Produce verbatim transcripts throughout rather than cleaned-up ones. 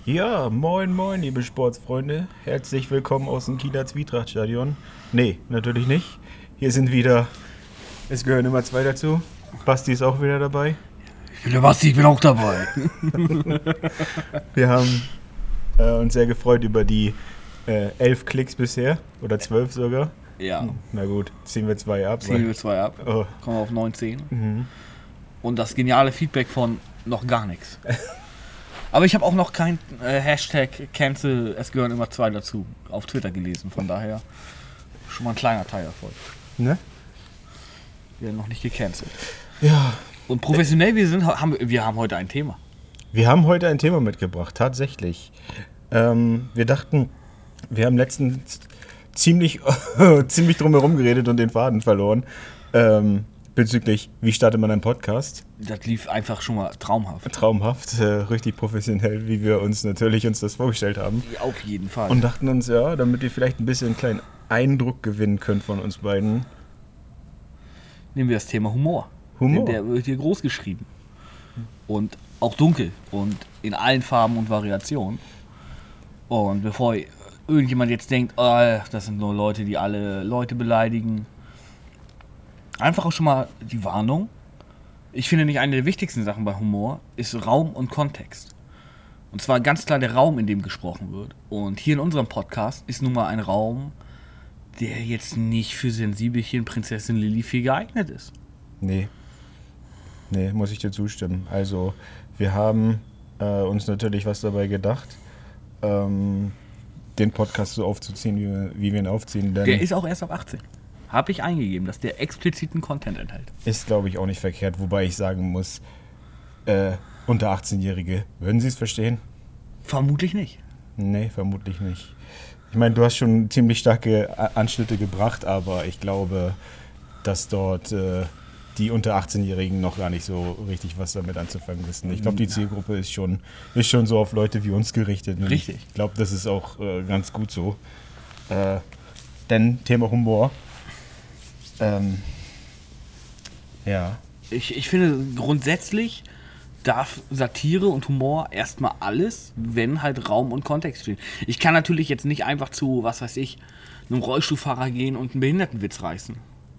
Ja, moin moin, liebe Sportsfreunde. Herzlich willkommen aus dem Kieler Zwietracht-Stadion. Nee, natürlich nicht. Hier sind wieder, es gehören immer zwei dazu. Basti ist auch wieder dabei. Ich bin der Basti, ich bin auch dabei. Wir haben äh, uns sehr gefreut über die äh, elf Klicks bisher. Oder zwölf sogar. Ja. Na gut, ziehen wir zwei ab. Ziehen wir zwei ab. Oh. Kommen wir auf neunzehn. Mhm. Und das geniale Feedback von noch gar nichts. Aber ich habe auch noch kein äh, Hashtag Cancel, es gehören immer zwei dazu, auf Twitter gelesen. Von daher schon mal ein kleiner Teil davon. Ne? Wir haben noch nicht gecancelt. Ja. Und professionell wir sind, haben wir, wir haben heute ein Thema. Wir haben heute ein Thema mitgebracht, tatsächlich. Ähm, wir dachten, wir haben letztens ziemlich, ziemlich drumherum geredet und den Faden verloren. Ähm, bezüglich, wie startet man einen Podcast? Das lief einfach schon mal traumhaft. Traumhaft, äh, richtig professionell, wie wir uns natürlich uns das vorgestellt haben. Ja, auf jeden Fall. Und dachten uns, ja, damit ihr vielleicht ein bisschen einen kleinen Eindruck gewinnen könnt von uns beiden. Nehmen wir das Thema Humor. Humor. Der wird hier groß geschrieben. Und auch dunkel und in allen Farben und Variationen. Und bevor irgendjemand jetzt denkt, oh, das sind nur Leute, die alle Leute beleidigen, einfach auch schon mal die Warnung. Ich finde nicht, eine der wichtigsten Sachen bei Humor ist Raum und Kontext. Und zwar ganz klar der Raum, in dem gesprochen wird. Und hier in unserem Podcast ist nun mal ein Raum, der jetzt nicht für Sensibelchen Prinzessin Lilly viel geeignet ist. Nee. Nee, muss ich dir zustimmen. Also, wir haben äh, uns natürlich was dabei gedacht, ähm, den Podcast so aufzuziehen, wie wir, wie wir ihn aufziehen. Denn Der ist auch erst ab achtzehn. Habe ich eingegeben, dass der expliziten Content enthält. ist, glaube ich, auch nicht verkehrt. Wobei ich sagen muss, äh, unter achtzehnjährige, würden sie es verstehen? Vermutlich nicht. Nee, vermutlich nicht. Ich meine, du hast schon ziemlich starke Anschnitte gebracht, aber ich glaube, dass dort äh, die unter achtzehnjährigen noch gar nicht so richtig was damit anzufangen wissen. Ich glaube, die Zielgruppe ist schon, ist schon so auf Leute wie uns gerichtet. Und Richtig. Ich glaube, das ist auch äh, ganz gut so. Äh, denn Thema Humor. Ähm, ja. Ich, ich finde grundsätzlich darf Satire und Humor erstmal alles, wenn halt Raum und Kontext stehen. Ich kann natürlich jetzt nicht einfach zu, was weiß ich, einem Rollstuhlfahrer gehen und einen Behindertenwitz reißen.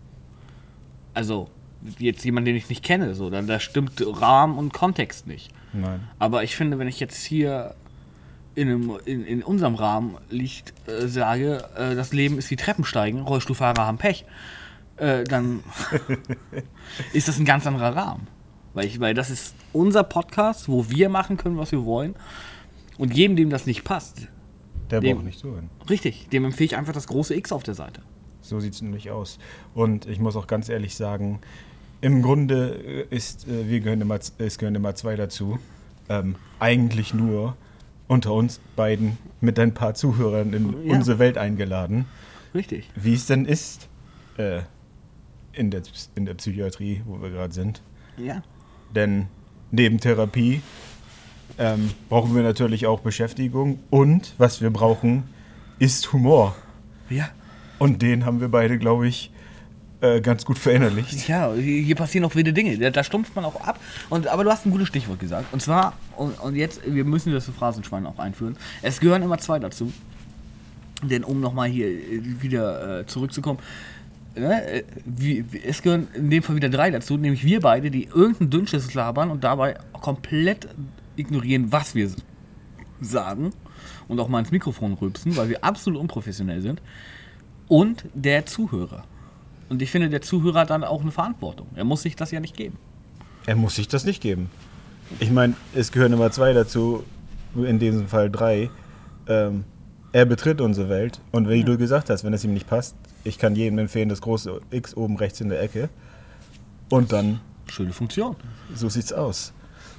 Also, jetzt jemand, den ich nicht kenne, so, dann da stimmt Rahmen und Kontext nicht. Nein. Aber ich finde, wenn ich jetzt hier in, einem, in, in unserem Rahmen liegt, äh, sage, äh, das Leben ist wie Treppensteigen, Rollstuhlfahrer haben Pech, äh, dann ist das ein ganz anderer Rahmen. Weil, ich, weil das ist unser Podcast, wo wir machen können, was wir wollen. Und jedem, dem das nicht passt, Der dem, braucht nicht zuhören. Richtig, dem empfehle ich einfach das große X auf der Seite. So sieht es nämlich aus. Und ich muss auch ganz ehrlich sagen, im Grunde ist, äh, wir gehören immer, es gehören immer zwei dazu. Ähm, eigentlich nur unter uns beiden mit ein paar Zuhörern in Ja. unsere Welt eingeladen. Richtig. Wie es denn ist äh, in, der, in der Psychiatrie, wo wir gerade sind. Ja. Denn neben Therapie ähm, brauchen wir natürlich auch Beschäftigung. Und was wir brauchen, ist Humor. Ja. Und den haben wir beide, glaube ich, äh, ganz gut verinnerlicht. Ja, hier hier passieren auch wilde Dinge. Da, da stumpft man auch ab. Und, aber du hast ein gutes Stichwort gesagt. Und zwar, und, und jetzt, wir müssen das Phrasenschwein auch einführen. Es gehören immer zwei dazu. Denn um nochmal hier wieder äh, zurückzukommen, ne, äh, wie, es gehören in dem Fall wieder drei dazu, nämlich wir beide, die irgendeinen Dünnschiss labern und dabei komplett ignorieren, was wir sagen. Und auch mal ins Mikrofon rülpsen, weil wir absolut unprofessionell sind. Und der Zuhörer. Und ich finde, der Zuhörer hat dann auch eine Verantwortung. Er muss sich das ja nicht geben. Er muss sich das nicht geben. Ich meine, es gehören immer zwei dazu, in diesem Fall drei. Ähm, er betritt unsere Welt. Und wie Ja. du gesagt hast, wenn es ihm nicht passt, ich kann jedem empfehlen, das große X oben rechts in der Ecke. Und dann, Schöne Funktion. so sieht's aus.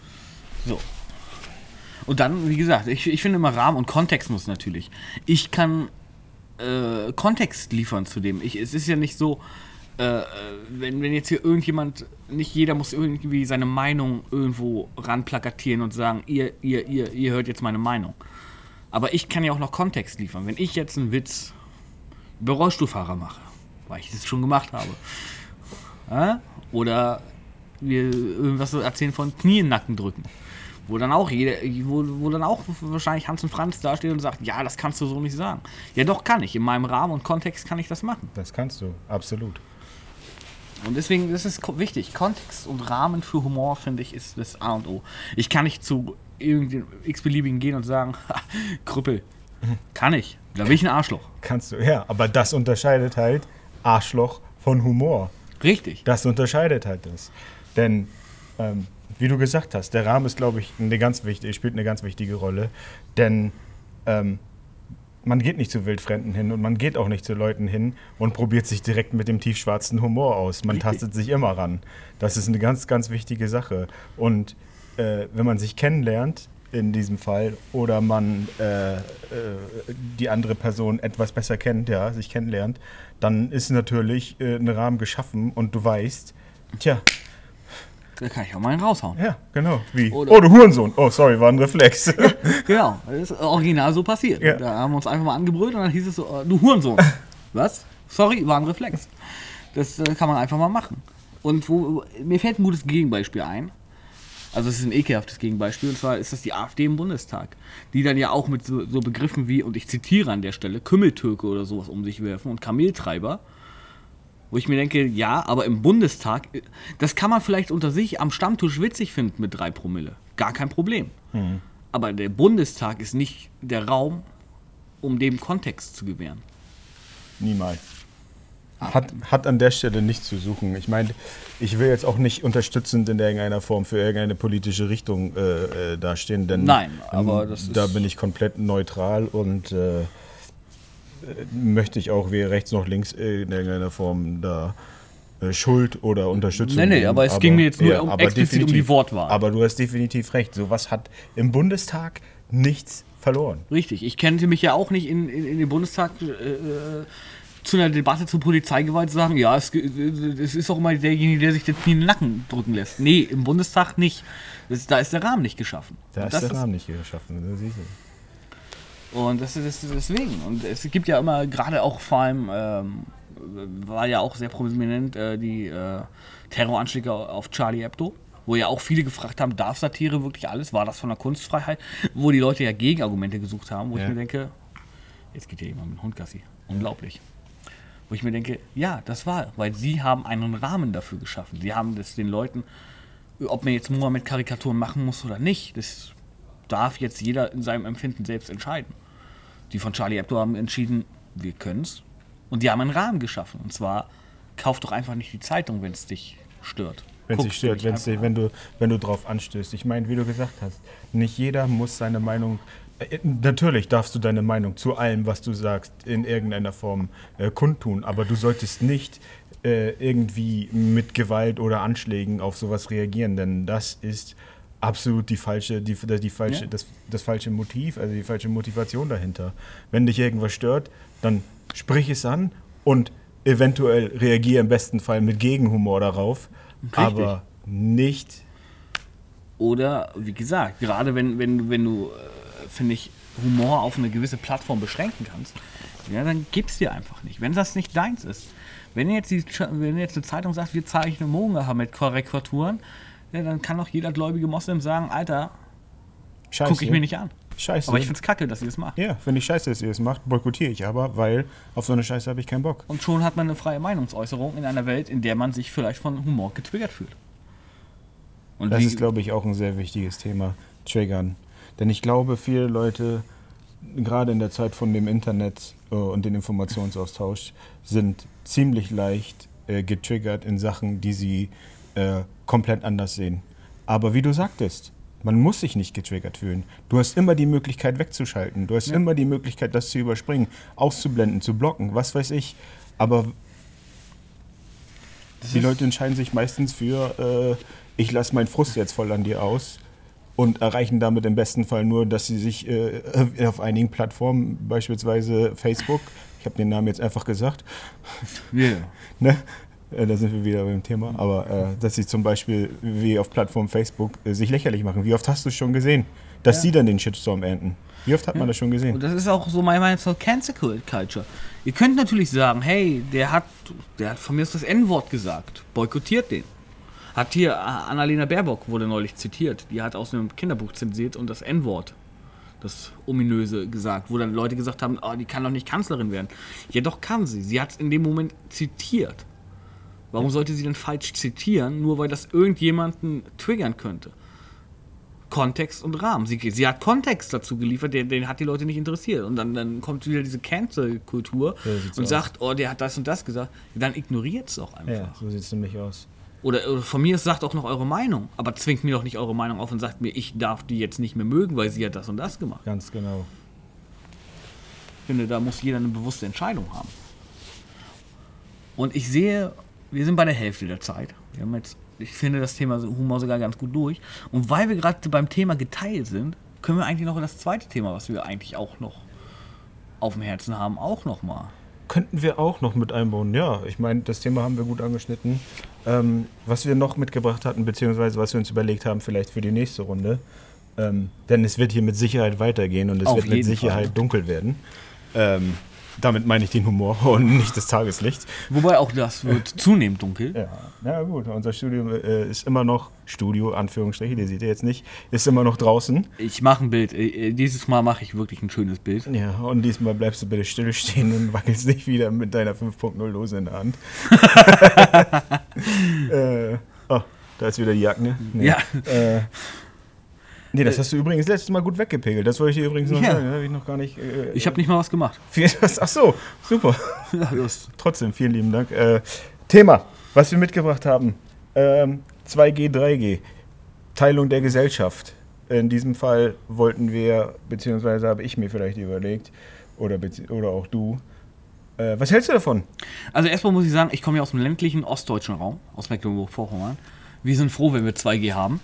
So. Und dann, wie gesagt, ich, ich finde immer Rahmen und Kontext muss natürlich. Ich kann äh, Kontext liefern zu dem. Ich, es ist ja nicht so, äh, wenn, wenn jetzt hier irgendjemand, nicht jeder muss irgendwie seine Meinung irgendwo ranplakatieren und sagen, ihr, ihr, ihr, ihr hört jetzt meine Meinung. Aber ich kann ja auch noch Kontext liefern. Wenn ich jetzt einen Witz über Rollstuhlfahrer mache, weil ich das schon gemacht habe, äh? oder wir irgendwas so erzählen von Knie in den Nacken drücken, Wo dann auch jeder, wo, wo dann auch wahrscheinlich Hans und Franz da steht und sagt, ja, das kannst du so nicht sagen. Ja doch, kann ich. In meinem Rahmen und Kontext kann ich das machen. Das kannst du, absolut. Und deswegen, das ist ko- wichtig. Kontext und Rahmen für Humor, finde ich, ist das A und O. Ich kann nicht zu irgendeinem x-beliebigen gehen und sagen, ha, Krüppel. Kann ich. Da bin ich ein Arschloch. Kannst du, ja. Aber das unterscheidet halt Arschloch von Humor. Richtig. Das unterscheidet halt das. Denn, ähm, wie du gesagt hast, der Rahmen ist, glaube ich, eine ganz wichtige, spielt eine ganz wichtige Rolle. Denn ähm, man geht nicht zu Wildfremden hin und man geht auch nicht zu Leuten hin und probiert sich direkt mit dem tiefschwarzen Humor aus. Man Richtig. tastet sich immer ran. Das ist eine ganz, ganz wichtige Sache. Und äh, wenn man sich kennenlernt, in diesem Fall, oder man äh, äh, die andere Person etwas besser kennt, ja, sich kennenlernt, dann ist natürlich äh, ein Rahmen geschaffen und du weißt, tja, Da kann ich auch mal einen raushauen. ja, genau, wie, Oder- oh, du Hurensohn, oh, sorry, war ein Reflex. Genau, das ist original so passiert. Ja. Da haben wir uns einfach mal angebrüllt und dann hieß es so, äh, du Hurensohn. Was? Sorry, war ein Reflex. Das äh, kann man einfach mal machen. Und wo, mir fällt ein gutes Gegenbeispiel ein. Also es ist ein ekelhaftes Gegenbeispiel, und zwar ist das die AfD im Bundestag, die dann ja auch mit so, so Begriffen wie, und ich zitiere an der Stelle, Kümmeltürke oder sowas um sich werfen und Kameltreiber, wo ich mir denke, ja, aber im Bundestag, das kann man vielleicht unter sich am Stammtisch witzig finden mit drei Promille, gar kein Problem. Hm. Aber der Bundestag ist nicht der Raum, um dem Kontext zu gewähren. Niemals. Hat, hat an der Stelle nichts zu suchen. Ich meine, ich will jetzt auch nicht unterstützend in irgendeiner Form für irgendeine politische Richtung äh, äh, dastehen, denn Nein, aber ähm, das da ist- bin ich komplett neutral und äh, äh, möchte ich auch weder rechts noch links in irgendeiner Form da äh, Schuld oder Unterstützung Nee, nee, geben. aber es ging mir jetzt nur um- aber explizit um die definitiv- Wortwahl. Aber du hast definitiv recht. Sowas hat im Bundestag nichts verloren. Richtig, ich kennte mich ja auch nicht in, in, in den Bundestag äh, äh, zu einer Debatte zur Polizeigewalt zu sagen, ja, es, ge- es ist auch immer derjenige, der sich den Knie in den Nacken drücken lässt. Nee, im Bundestag nicht. Das, da ist der Rahmen nicht geschaffen. Da Und ist das der Rahmen nicht geschaffen. Das siehst du. Und das ist das, deswegen. Und es gibt ja immer, gerade auch vor allem, ähm, war ja auch sehr prominent, äh, die äh, Terroranschläge auf Charlie Hebdo, wo ja auch viele gefragt haben, darf Satire wirklich alles? War das von der Kunstfreiheit? Wo die Leute ja Gegenargumente gesucht haben, wo Ja. ich mir denke, jetzt geht ja jemand mit dem Hund Gassi. Unglaublich. Wo ich mir denke, ja, das war, weil sie haben einen Rahmen dafür geschaffen. Sie haben das den Leuten, ob man jetzt Mohammed-Karikaturen machen muss oder nicht, das darf jetzt jeder in seinem Empfinden selbst entscheiden. Die von Charlie Hebdo haben entschieden, wir können's. Und die haben einen Rahmen geschaffen. Und zwar, kauf doch einfach nicht die Zeitung, wenn es dich stört. Wenn es Guck's dich stört, dich wenn's dich, einfach wenn du, wenn du drauf anstößt. Ich meine, wie du gesagt hast, nicht jeder muss seine Meinung, äh, natürlich darfst du deine Meinung zu allem, was du sagst, in irgendeiner Form äh, kundtun, aber du solltest nicht äh, irgendwie mit Gewalt oder Anschlägen auf sowas reagieren, denn das ist absolut die falsche, die, die falsche, Ja. das, das falsche Motiv, also die falsche Motivation dahinter. Wenn dich irgendwas stört, dann sprich es an und eventuell reagiere im besten Fall mit Gegenhumor darauf, Richtig. aber nicht. Oder, wie gesagt, gerade wenn, wenn, wenn du, äh, finde ich, Humor auf eine gewisse Plattform beschränken kannst, ja, dann gib's dir einfach nicht. Wenn das nicht deins ist. Wenn jetzt, die, wenn jetzt eine Zeitung sagt, wir zeichnen Mohammed mit Karikaturen, ja, dann kann doch jeder gläubige Moslem sagen, Alter, Scheiße. gucke ich mir nicht an. Scheiße. Aber ich find's kacke, dass ihr das macht. ja, finde ich scheiße, dass ihr das macht, boykottiere ich aber, weil auf so eine Scheiße habe ich keinen Bock. Und schon hat man eine freie Meinungsäußerung in einer Welt, in der man sich vielleicht von Humor getriggert fühlt. Und Das wie- ist, glaube ich, auch ein sehr wichtiges Thema, Triggern. Denn ich glaube, viele Leute, gerade in der Zeit von dem Internet äh, und dem Informationsaustausch, sind ziemlich leicht äh, getriggert in Sachen, die sie äh, komplett anders sehen. Aber wie du sagtest, man muss sich nicht getriggert fühlen. Du hast immer die Möglichkeit wegzuschalten. Du hast Ja. immer die Möglichkeit, das zu überspringen, auszublenden, zu blocken, was weiß ich. Aber das die ist- Leute entscheiden sich meistens für, äh, ich lasse meinen Frust jetzt voll an dir aus und erreichen damit im besten Fall nur, dass sie sich äh, auf einigen Plattformen, beispielsweise Facebook, ich habe den Namen jetzt einfach gesagt, Yeah. ne? äh, da sind wir wieder beim Thema, aber äh, dass sie zum Beispiel wie auf Plattform Facebook äh, sich lächerlich machen. Wie oft hast du es schon gesehen, dass Ja. sie dann den Shitstorm ernten? Wie oft hat man das schon gesehen? Und das ist auch so meine Meinung zur Cancel Culture. Ihr könnt natürlich sagen, hey, der hat, der hat von mir aus das N-Wort gesagt, boykottiert den. Hat hier, Annalena Baerbock wurde neulich zitiert, die hat aus einem Kinderbuch zensiert und das En-Wort, das Ominöse, gesagt, wo dann Leute gesagt haben, oh, die kann doch nicht Kanzlerin werden. Ja, doch kann sie. Sie hat es in dem Moment zitiert. Warum sollte sie denn falsch zitieren, nur weil das irgendjemanden triggern könnte? Kontext und Rahmen. Sie, sie hat Kontext dazu geliefert, den, den hat die Leute nicht interessiert. Und dann, dann kommt wieder diese Cancel-Kultur Ja, und aus. sagt, oh, der hat das und das gesagt. Dann ignoriert es auch einfach. Ja, so sieht es nämlich aus. Oder, oder von mir sagt auch noch eure Meinung, aber zwingt mir doch nicht eure Meinung auf und sagt mir, ich darf die jetzt nicht mehr mögen, weil sie hat das und das gemacht. Ganz genau. Ich finde, da muss jeder eine bewusste Entscheidung haben. Und ich sehe, wir sind bei der Hälfte der Zeit. Wir haben jetzt, ich finde das Thema Humor sogar ganz gut durch. Und weil wir gerade beim Thema geteilt sind, können wir eigentlich noch in das zweite Thema, was wir eigentlich auch noch auf dem Herzen haben, auch noch mal. Könnten wir auch noch mit einbauen, ja. Ich meine, das Thema haben wir gut angeschnitten. Ähm, was wir noch mitgebracht hatten, beziehungsweise was wir uns überlegt haben, vielleicht für die nächste Runde. Ähm, denn es wird hier mit Sicherheit weitergehen und es Auf wird mit jeden Sicherheit Fall. dunkel werden. Ähm, damit meine ich den Humor und nicht das Tageslicht. Wobei auch das wird zunehmend dunkel. Ja, ja gut, unser Studio äh, ist immer noch, Studio, Anführungsstriche, die seht ihr jetzt nicht, ist immer noch draußen. Ich mache ein Bild. Äh, Dieses Mal mache ich wirklich ein schönes Bild. Ja, und diesmal bleibst du bitte still stehen und wackelst nicht wieder mit deiner fünf Punkt null Dose in der Hand. äh, oh, da ist wieder die Jacke. Nee. Ja. Äh, nee, das hast du übrigens letztes Mal gut weggepegelt. Das wollte ich dir übrigens noch Ja. sagen. Das habe ich noch gar nicht. Äh, Ich habe nicht mal was gemacht. viel, ach so, super. Ja, das Trotzdem, vielen lieben Dank. Äh, Thema, was wir mitgebracht haben. Ähm, zwei G, drei G. Teilung der Gesellschaft. In diesem Fall wollten wir, beziehungsweise habe ich mir vielleicht überlegt, oder, bezie- oder auch du, äh, was hältst du davon? Also erstmal muss ich sagen, ich komme ja aus dem ländlichen ostdeutschen Raum, aus Mecklenburg-Vorpommern. Wir sind froh, wenn wir zwei G haben.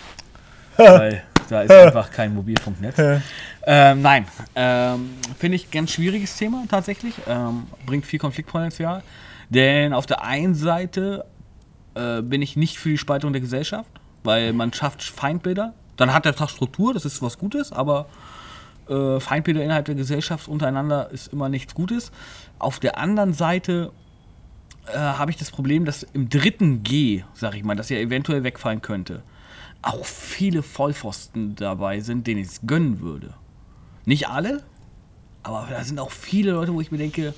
Weil da ist einfach kein Mobilfunknetz. ähm, nein, ähm, finde ich ganz schwieriges Thema tatsächlich. Ähm, bringt viel Konfliktpotenzial. Denn auf der einen Seite äh, bin ich nicht für die Spaltung der Gesellschaft, weil man schafft Feindbilder. Dann hat der Tag Struktur, das ist was Gutes, aber äh, Feindbilder innerhalb der Gesellschaft untereinander ist immer nichts Gutes. Auf der anderen Seite äh, habe ich das Problem, dass im dritten G, sag ich mal, das ja eventuell wegfallen könnte, auch viele Vollpfosten dabei sind, denen ich es gönnen würde. Nicht alle, aber da sind auch viele Leute, wo ich mir denke,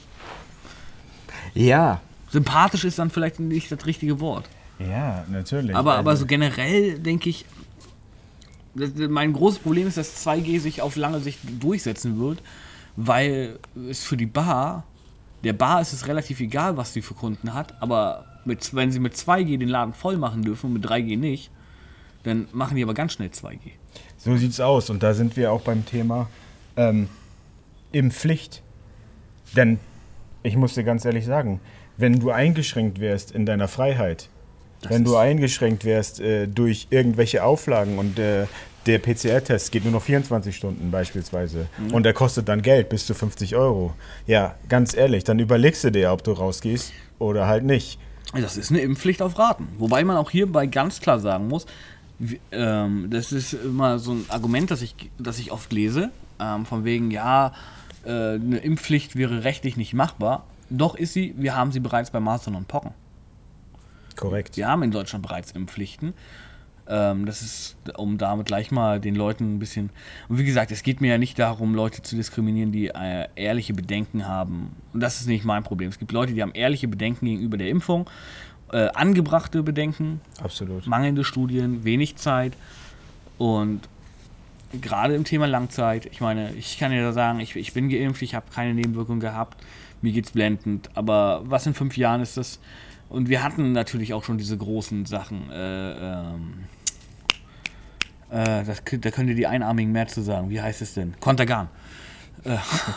Ja. sympathisch ist dann vielleicht nicht das richtige Wort. Ja, natürlich. Aber, aber Also, so generell denke ich, das, mein großes Problem ist, dass zwei G sich auf lange Sicht durchsetzen wird, weil es für die Bar, der Bar ist es relativ egal, was sie für Kunden hat, aber mit, wenn sie mit zwei G den Laden voll machen dürfen und mit drei G nicht, dann machen die aber ganz schnell zwei G. So sieht's aus. Und da sind wir auch beim Thema ähm, Impfpflicht. Denn ich muss dir ganz ehrlich sagen, wenn du eingeschränkt wärst in deiner Freiheit, Das wenn du ist- eingeschränkt wärst äh, durch irgendwelche Auflagen und äh, der P C R-Test geht nur noch vierundzwanzig Stunden beispielsweise Mhm. und der kostet dann Geld bis zu fünfzig Euro. Ja, ganz ehrlich, dann überlegst du dir, ob du rausgehst oder halt nicht. Das ist eine Impfpflicht auf Raten. Wobei man auch hierbei ganz klar sagen muss, wie- ähm, das ist immer so ein Argument, das ich, das ich oft lese, ähm, von wegen, ja, äh, eine Impfpflicht wäre rechtlich nicht machbar. Doch ist sie, wir haben sie bereits bei Masern und Pocken. Korrekt. Wir haben in Deutschland bereits Impfpflichten. Ähm, das ist, um damit gleich mal den Leuten ein bisschen... Und wie gesagt, es geht mir ja nicht darum, Leute zu diskriminieren, die äh, ehrliche Bedenken haben. Und das ist nicht mein Problem. Es gibt Leute, die haben ehrliche Bedenken gegenüber der Impfung, äh, angebrachte Bedenken, Absolut. mangelnde Studien, wenig Zeit. Und gerade im Thema Langzeit, ich meine, ich kann ja sagen, ich, ich bin geimpft, ich habe keine Nebenwirkungen gehabt, mir geht's blendend. Aber was in fünf Jahren ist das... Und wir hatten natürlich auch schon diese großen Sachen. Äh, ähm, äh, das, da könnt ihr die Einarmigen mehr zu sagen. Wie heißt es denn? Kontergan. Äh,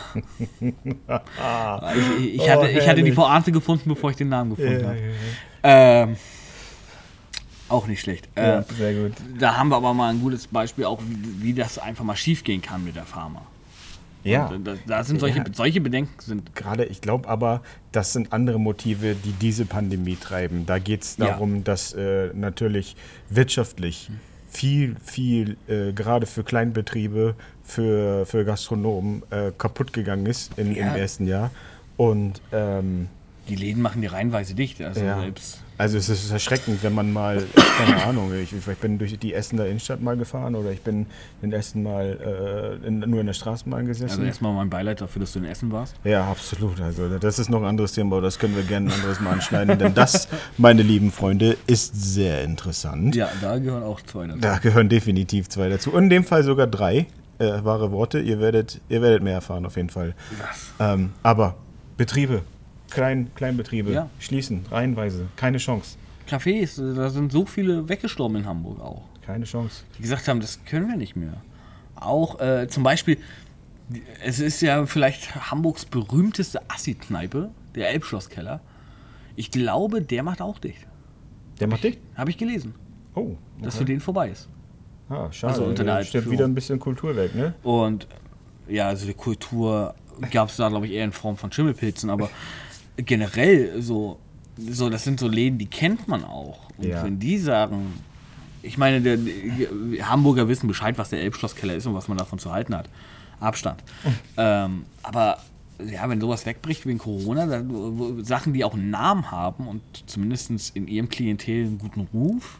ich, ich, ich, hatte, ich hatte die herrlich. Pointe gefunden, bevor ich den Namen gefunden Ja, habe. ja, Ähm, auch nicht schlecht. Äh, ja, sehr gut. Da haben wir aber mal ein gutes Beispiel, auch wie, wie das einfach mal schief gehen kann mit der Pharma. Ja. Und Da, da sind solche, Ja. solche Bedenken sind. Gerade, ich glaube aber, das sind andere Motive, die diese Pandemie treiben. Da geht es Ja. darum, dass äh, natürlich wirtschaftlich viel, viel, äh, gerade für Kleinbetriebe, für, für Gastronomen, äh, kaputt gegangen ist in, Ja. im ersten Jahr. Und ähm, Die Läden machen die reihenweise dicht. Also Ja. selbst. Also es ist erschreckend, wenn man mal, keine Ahnung, ich, ich bin durch die Essener Innenstadt mal gefahren oder ich bin in Essen mal äh, in, nur in der Straßenbahn gesessen. Also erstmal mein Beileid dafür, dass du in Essen warst. Ja, absolut. Also das ist noch ein anderes Thema, aber das können wir gerne ein anderes Mal anschneiden, denn das, meine lieben Freunde, ist sehr interessant. Ja, da gehören auch zwei dazu. Da gehören definitiv zwei dazu. Und in dem Fall sogar drei äh, wahre Worte. Ihr werdet, ihr werdet mehr erfahren auf jeden Fall. Ähm, aber Betriebe, Klein, Kleinbetriebe Ja. schließen, reihenweise, keine Chance. Cafés, da sind so viele weggestorben in Hamburg auch. Keine Chance. Die gesagt haben, das können wir nicht mehr. Auch äh, zum Beispiel, es ist ja vielleicht Hamburgs berühmteste Assi-Kneipe, der Elbschlosskeller. Ich glaube, der macht auch dicht. Der macht dicht? Habe ich gelesen, Oh, dass okay. für den vorbei ist. Ah, schade. also unter der Da steht Altführung. wieder ein bisschen Kultur weg, ne? Und ja, also die Kultur gab es da, glaube ich, eher in Form von Schimmelpilzen, aber generell so, so, das sind so Läden, die kennt man auch. Und Ja. wenn die sagen, ich meine, der, die Hamburger wissen Bescheid, was der Elbschlosskeller ist und was man davon zu halten hat. Abstand. ähm, aber ja, wenn sowas wegbricht wegen Corona, dann, wo- Sachen, die auch einen Namen haben und zumindest in ihrem Klientel einen guten Ruf,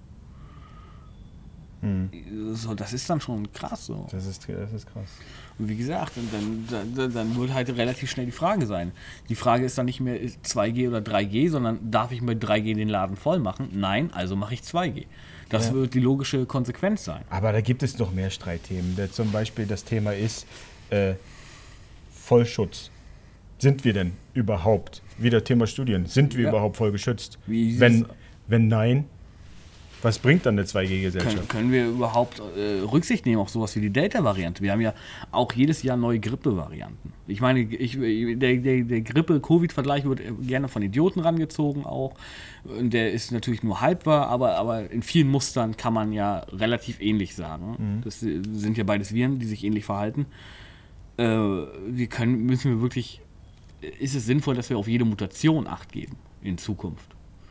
so, das ist dann schon krass so. Das ist, das ist krass. Und wie gesagt, dann, dann, dann, dann wird halt relativ schnell die Frage sein. Die Frage ist dann nicht mehr zwei G oder drei G, sondern darf ich mit drei G den Laden voll machen? Nein, also mache ich zwei G. Das Ja. wird die logische Konsequenz sein. Aber da gibt es noch mehr Streitthemen. Da zum Beispiel das Thema ist äh, Vollschutz. Sind wir denn überhaupt, wieder Thema Studien, sind wir Ja. überhaupt voll geschützt? Wie ist Wenn, es- wenn nein, was bringt dann eine zwei G-Gesellschaft? Können, können wir überhaupt äh, Rücksicht nehmen auf sowas wie die Delta-Variante? Wir haben ja auch jedes Jahr neue Grippe-Varianten. Ich meine, ich, der, der, der Grippe-Covid-Vergleich wird gerne von Idioten rangezogen auch. Und der ist natürlich nur halb wahr, aber, aber in vielen Mustern kann man ja relativ ähnlich sagen. Das sind ja beides Viren, die sich ähnlich verhalten. Äh, wir können, müssen wir wirklich, ist es sinnvoll, dass wir auf jede Mutation Acht geben in Zukunft?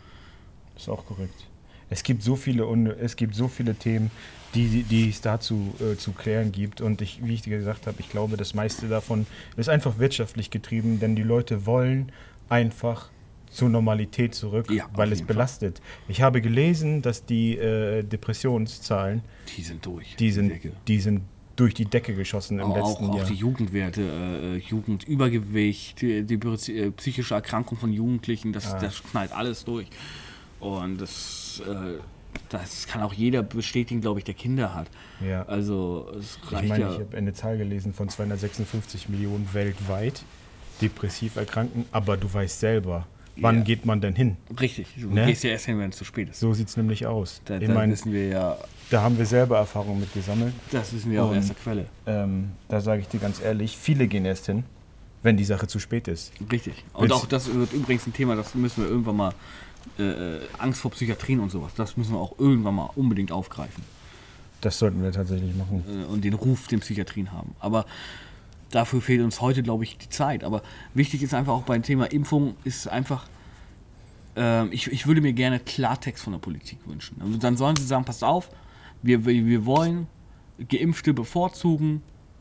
Ist auch korrekt. Es gibt so viele, Un- es gibt so viele Themen, die, die es dazu äh, zu klären gibt. Und ich, wie ich dir gesagt habe, ich glaube, das meiste davon ist einfach wirtschaftlich getrieben, denn die Leute wollen einfach zur Normalität zurück, Ja, auf weil es jeden Fall. belastet. Ich habe gelesen, dass die äh, Depressionszahlen, Die sind durch. die sind, Decke. die sind durch die Decke geschossen im Auch, letzten auch Jahr. die Jugendwerte, äh, Jugendübergewicht, die, die äh, psychische Erkrankung von Jugendlichen, das, Ah. das knallt alles durch. Und das, äh, das kann auch jeder bestätigen, glaube ich, der Kinder hat. Ja. Also es Ich reicht meine, ja. ich habe eine Zahl gelesen von zweihundertsechsundfünfzig Millionen weltweit depressiv erkranken, aber du weißt selber, wann Ja. geht man denn hin? Richtig, du Ne? gehst ja erst hin, wenn es zu spät ist. So sieht es nämlich aus. Da, ich da meine, wissen wir ja, da haben wir selber Erfahrungen mit gesammelt. das wissen wir auch Und- aus der Quelle. Ähm, da sage ich dir ganz ehrlich, viele gehen erst hin, wenn die Sache zu spät ist. Richtig. Und Willst- auch das wird übrigens ein Thema, das müssen wir irgendwann mal, äh, Angst vor Psychiatrien und sowas, das müssen wir auch irgendwann mal unbedingt aufgreifen. Das sollten wir tatsächlich machen. äh, und den Ruf, den Psychiatrien haben. Aber dafür fehlt uns heute, glaube ich, die Zeit. Aber wichtig ist einfach auch beim Thema Impfung, ist einfach, ähm, ich, ich würde mir gerne Klartext von der Politik wünschen. Also dann sollen sie sagen, passt auf, wir, wir, wir wollen Geimpfte bevorzugen,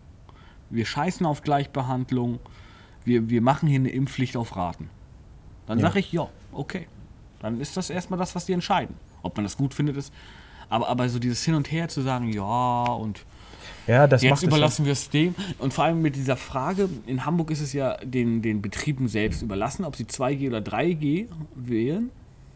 wir scheißen auf Gleichbehandlung, wir, wir machen hier eine Impfpflicht auf Raten. Dann Ja. sage ich, ja, okay. Dann ist das erstmal das, was die entscheiden. Ob man das gut findet, ist. Aber, aber so dieses Hin und Her zu sagen, ja, und Ja, das jetzt macht es überlassen wir es dem. Und vor allem mit dieser Frage, in Hamburg ist es ja den, den Betrieben selbst überlassen, ob sie zwei G oder drei G wählen.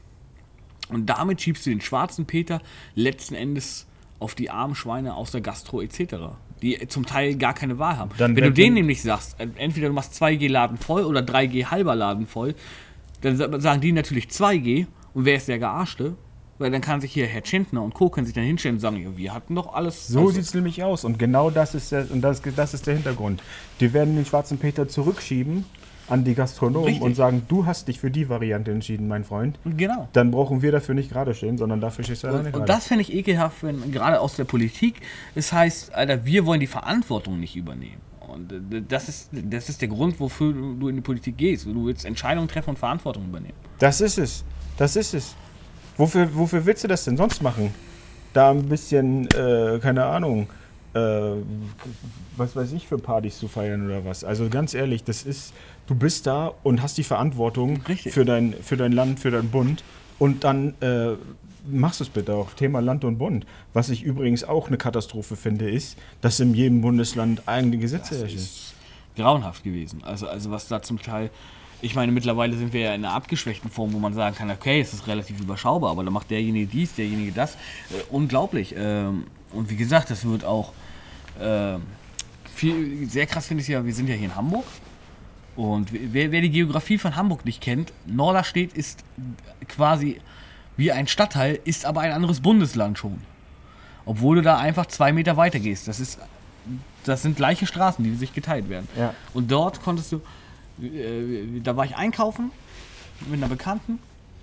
Und damit schiebst du den schwarzen Peter letzten Endes auf die armen Schweine aus der Gastro et cetera, die zum Teil gar keine Wahl haben. Dann Wenn du wird- denen nämlich sagst, entweder du machst zwei G Laden voll oder drei G halber Laden voll, dann sa- sagen die natürlich zwei G und wer ist der Gearschte? Weil dann kann sich hier Herr Tschentner und Co. können sich dann hinstellen und sagen, ja, wir hatten doch alles. So also- sieht es nämlich aus. Und genau das ist der, und das, das ist der Hintergrund. Die werden den schwarzen Peter zurückschieben an die Gastronomen Richtig. und sagen, du hast dich für die Variante entschieden, mein Freund. Genau. Dann brauchen wir dafür nicht gerade stehen, sondern dafür stehst du alleine Und, gerade. und das fände ich ekelhaft, wenn gerade aus der Politik es heißt, Alter, wir wollen die Verantwortung nicht übernehmen. Und äh, das ist, das ist der Grund, wofür du in die Politik gehst. Du willst Entscheidungen treffen und Verantwortung übernehmen. Das ist es. Das ist es. Wofür, wofür willst du das denn sonst machen? Da ein bisschen, äh, keine Ahnung, äh, was weiß ich, für Partys zu feiern oder was. Also ganz ehrlich, das ist, du bist da und hast die Verantwortung Richtig. für dein, für dein Land, für dein Bund und dann äh, machst du es bitte auch. Thema Land und Bund. Was ich übrigens auch eine Katastrophe finde, ist, dass in jedem Bundesland eigene Gesetze Das herrschen. ist grauenhaft gewesen. Also, also was da zum Teil, ich meine, mittlerweile sind wir ja in einer abgeschwächten Form, wo man sagen kann, okay, es ist relativ überschaubar, aber da macht derjenige dies, derjenige das. Äh, unglaublich. Ähm, und wie gesagt, das wird auch äh, viel, sehr krass finde ich ja, wir sind ja hier in Hamburg. Und wer, wer die Geografie von Hamburg nicht kennt, Norderstedt ist quasi wie ein Stadtteil, ist aber ein anderes Bundesland schon. Obwohl du da einfach zwei Meter weiter gehst. Das ist, das sind gleiche Straßen, die sich geteilt werden. Ja. Und dort konntest du, äh, da war ich einkaufen mit einer Bekannten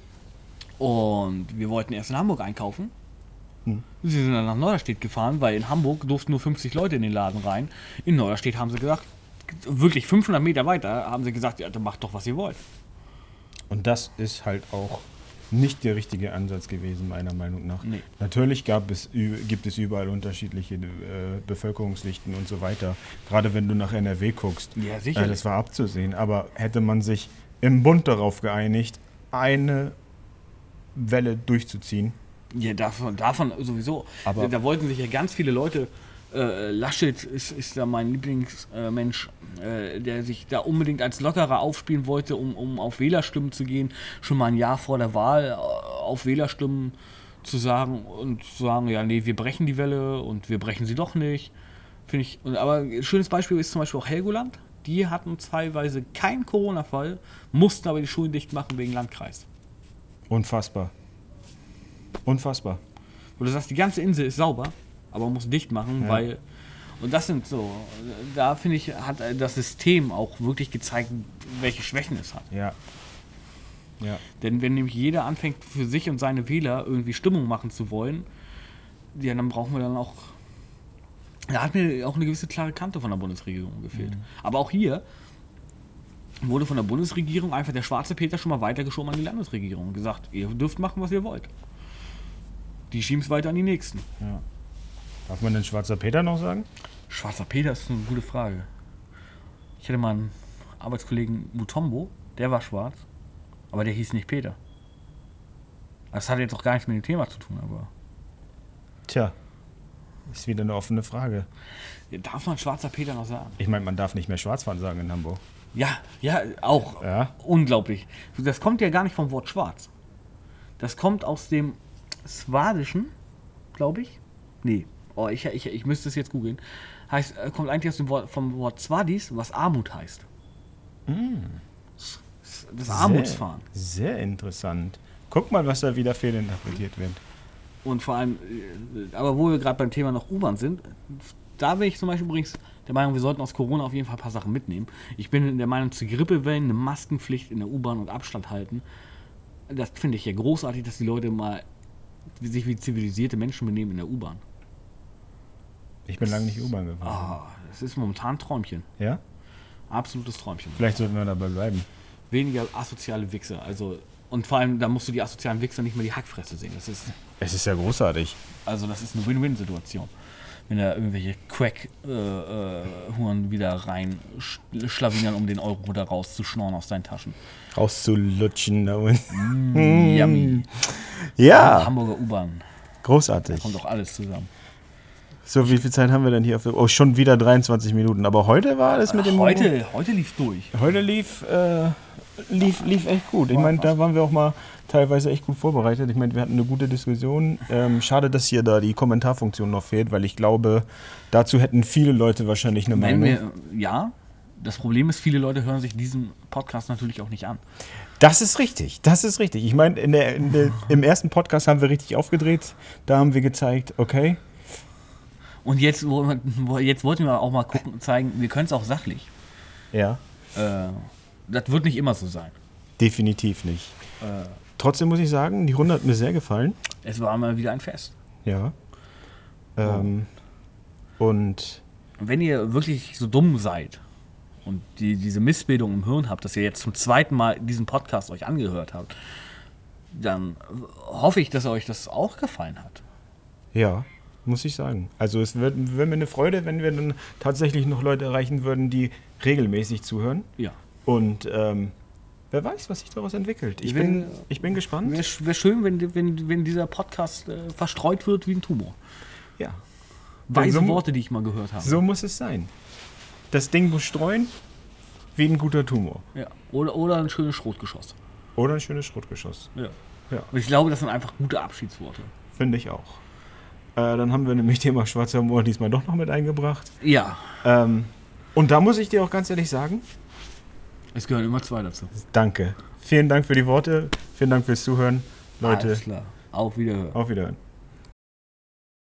und wir wollten erst in Hamburg einkaufen. Hm. Sie sind dann nach Norderstedt gefahren, weil in Hamburg durften nur fünfzig Leute in den Laden rein. In Norderstedt haben sie gesagt, wirklich fünfhundert Meter weiter, haben sie gesagt, ja, dann macht doch, was ihr wollt. Und das ist halt auch nicht der richtige Ansatz gewesen, meiner Meinung nach. Nee. Natürlich gab es, gibt es überall unterschiedliche äh, Bevölkerungsdichten und so weiter. Gerade wenn du nach N R W guckst. Ja, sicher. Äh, das war abzusehen. Aber hätte man sich im Bund darauf geeinigt, eine Welle durchzuziehen. Ja, davon, davon sowieso. Aber- da wollten sich ja ganz viele Leute, äh, Laschet ist, ist da mein Lieblingsmensch, äh, der sich da unbedingt als Lockerer aufspielen wollte, um, um auf Wählerstimmen zu gehen, schon mal ein Jahr vor der Wahl äh, auf Wählerstimmen zu sagen und zu sagen, ja, nee, wir brechen die Welle und wir brechen sie doch nicht. Finde ich, und, aber ein schönes Beispiel ist zum Beispiel auch Helgoland. Die hatten teilweise keinen Corona-Fall, mussten aber die Schulen dicht machen wegen Landkreis. Unfassbar. Unfassbar. Wo du sagst, die ganze Insel ist sauber, aber man muss dicht machen, Ja. weil. Und das sind so, da finde ich, hat das System auch wirklich gezeigt, welche Schwächen es hat. Ja. Ja. Denn wenn nämlich jeder anfängt, für sich und seine Wähler irgendwie Stimmung machen zu wollen, ja, dann brauchen wir dann auch. Da hat mir auch eine gewisse klare Kante von der Bundesregierung gefehlt. Mhm. Aber auch hier wurde von der Bundesregierung einfach der schwarze Peter schon mal weitergeschoben an die Landesregierung und gesagt, ihr dürft machen, was ihr wollt. Die schieben es weiter an die Nächsten. Ja. Darf man den Schwarzer Peter noch sagen? Schwarzer Peter ist eine gute Frage. Ich hatte mal einen Arbeitskollegen Mutombo, der war schwarz, aber der hieß nicht Peter. Das hat jetzt auch gar nichts mit dem Thema zu tun, aber. Tja, ist wieder eine offene Frage. Darf man schwarzer Peter noch sagen? Ich meine, man darf nicht mehr Schwarzfahren sagen in Hamburg. Ja, ja, auch. Ja. Unglaublich. Das kommt ja gar nicht vom Wort schwarz. Das kommt aus dem Swadischen, glaube ich. Nee, oh, ich, ich, ich müsste es jetzt googeln. Heißt, äh, kommt eigentlich aus dem Wort, vom Wort Swadis, was Armut heißt. Das Armutsfahren. Sehr, sehr interessant. Guck mal, was da wieder fehlinterpretiert wird. Und vor allem, äh, aber wo wir gerade beim Thema noch U-Bahn sind, da bin ich zum Beispiel übrigens der Meinung, wir sollten aus Corona auf jeden Fall ein paar Sachen mitnehmen. Ich bin der Meinung, zu Grippewellen eine Maskenpflicht in der U-Bahn und Abstand halten. Das finde ich ja großartig, dass die Leute mal sich wie zivilisierte Menschen benehmen in der U-Bahn. Ich bin lange nicht U-Bahn gefahren. Ah, das ist momentan ein Träumchen. Ja? Absolutes Träumchen. Vielleicht sollten wir dabei bleiben. Weniger asoziale Wichser. Also, und vor allem, da musst du die asozialen Wichser nicht mehr die Hackfresse sehen. Das ist, Es ist ja großartig. also das ist eine Win-Win-Situation. Wenn da irgendwelche Crack-Huren äh, äh, wieder rein sch- schlawinern, um den Euro da rauszuschnorren aus deinen Taschen. Rauszulutschen da unten. Mm, yummy. Ja, Hamburger U-Bahn. großartig. Kommt doch alles zusammen. So, wie viel Zeit haben wir denn hier auf der... Oh, schon wieder dreiundzwanzig Minuten. Aber heute war alles mit dem... Heute, heute lief durch. Heute lief, äh, lief, lief echt gut. Ich meine, da waren wir auch mal teilweise echt gut vorbereitet. Ich meine, wir hatten eine gute Diskussion. Ähm, schade, dass hier da die Kommentarfunktion noch fehlt, weil ich glaube, dazu hätten viele Leute wahrscheinlich eine Wenn Meinung. wir, ja, das Problem ist, viele Leute hören sich diesen Podcast natürlich auch nicht an. Das ist richtig, das ist richtig. Ich meine, in der, in der, im ersten Podcast haben wir richtig aufgedreht. Da haben wir gezeigt, okay, Und jetzt, wo, wo, jetzt wollten wir auch mal gucken, zeigen, wir können es auch sachlich. ja, Äh, das wird nicht immer so sein. definitiv nicht. Äh, Trotzdem muss ich sagen, die Runde hat mir sehr gefallen. es war mal wieder ein Fest. Ja. Ähm, Und Und wenn ihr wirklich so dumm seid und die, diese Missbildung im Hirn habt, dass ihr jetzt zum zweiten Mal diesen Podcast euch angehört habt, dann hoffe ich, dass euch das auch gefallen hat. ja, muss ich sagen. Also es wäre wär mir eine Freude, wenn wir dann tatsächlich noch Leute erreichen würden, die regelmäßig zuhören. Ja. Und ähm, wer weiß, was sich daraus entwickelt. Ich, Wenn- bin, ich bin gespannt. Wäre wär schön, wenn, wenn, wenn dieser Podcast äh, verstreut wird wie ein Tumor. Ja, Weise so- Worte, die ich mal gehört habe. so muss es sein. Das Ding muss streuen wie ein guter Tumor. Ja. Oder, oder ein schönes Schrotgeschoss. Oder ein schönes Schrotgeschoss. Ja. Ja, Und ich glaube, das sind einfach gute Abschiedsworte. finde ich auch. Äh, dann haben wir nämlich Thema schwarzer Humor diesmal doch noch mit eingebracht. Ja. Ähm, und da muss ich dir auch ganz ehrlich sagen, Es gehören immer zwei dazu. danke. Vielen Dank für die Worte. Vielen Dank fürs Zuhören. Leute, Alles klar. Auf Wiederhören. auf Wiederhören.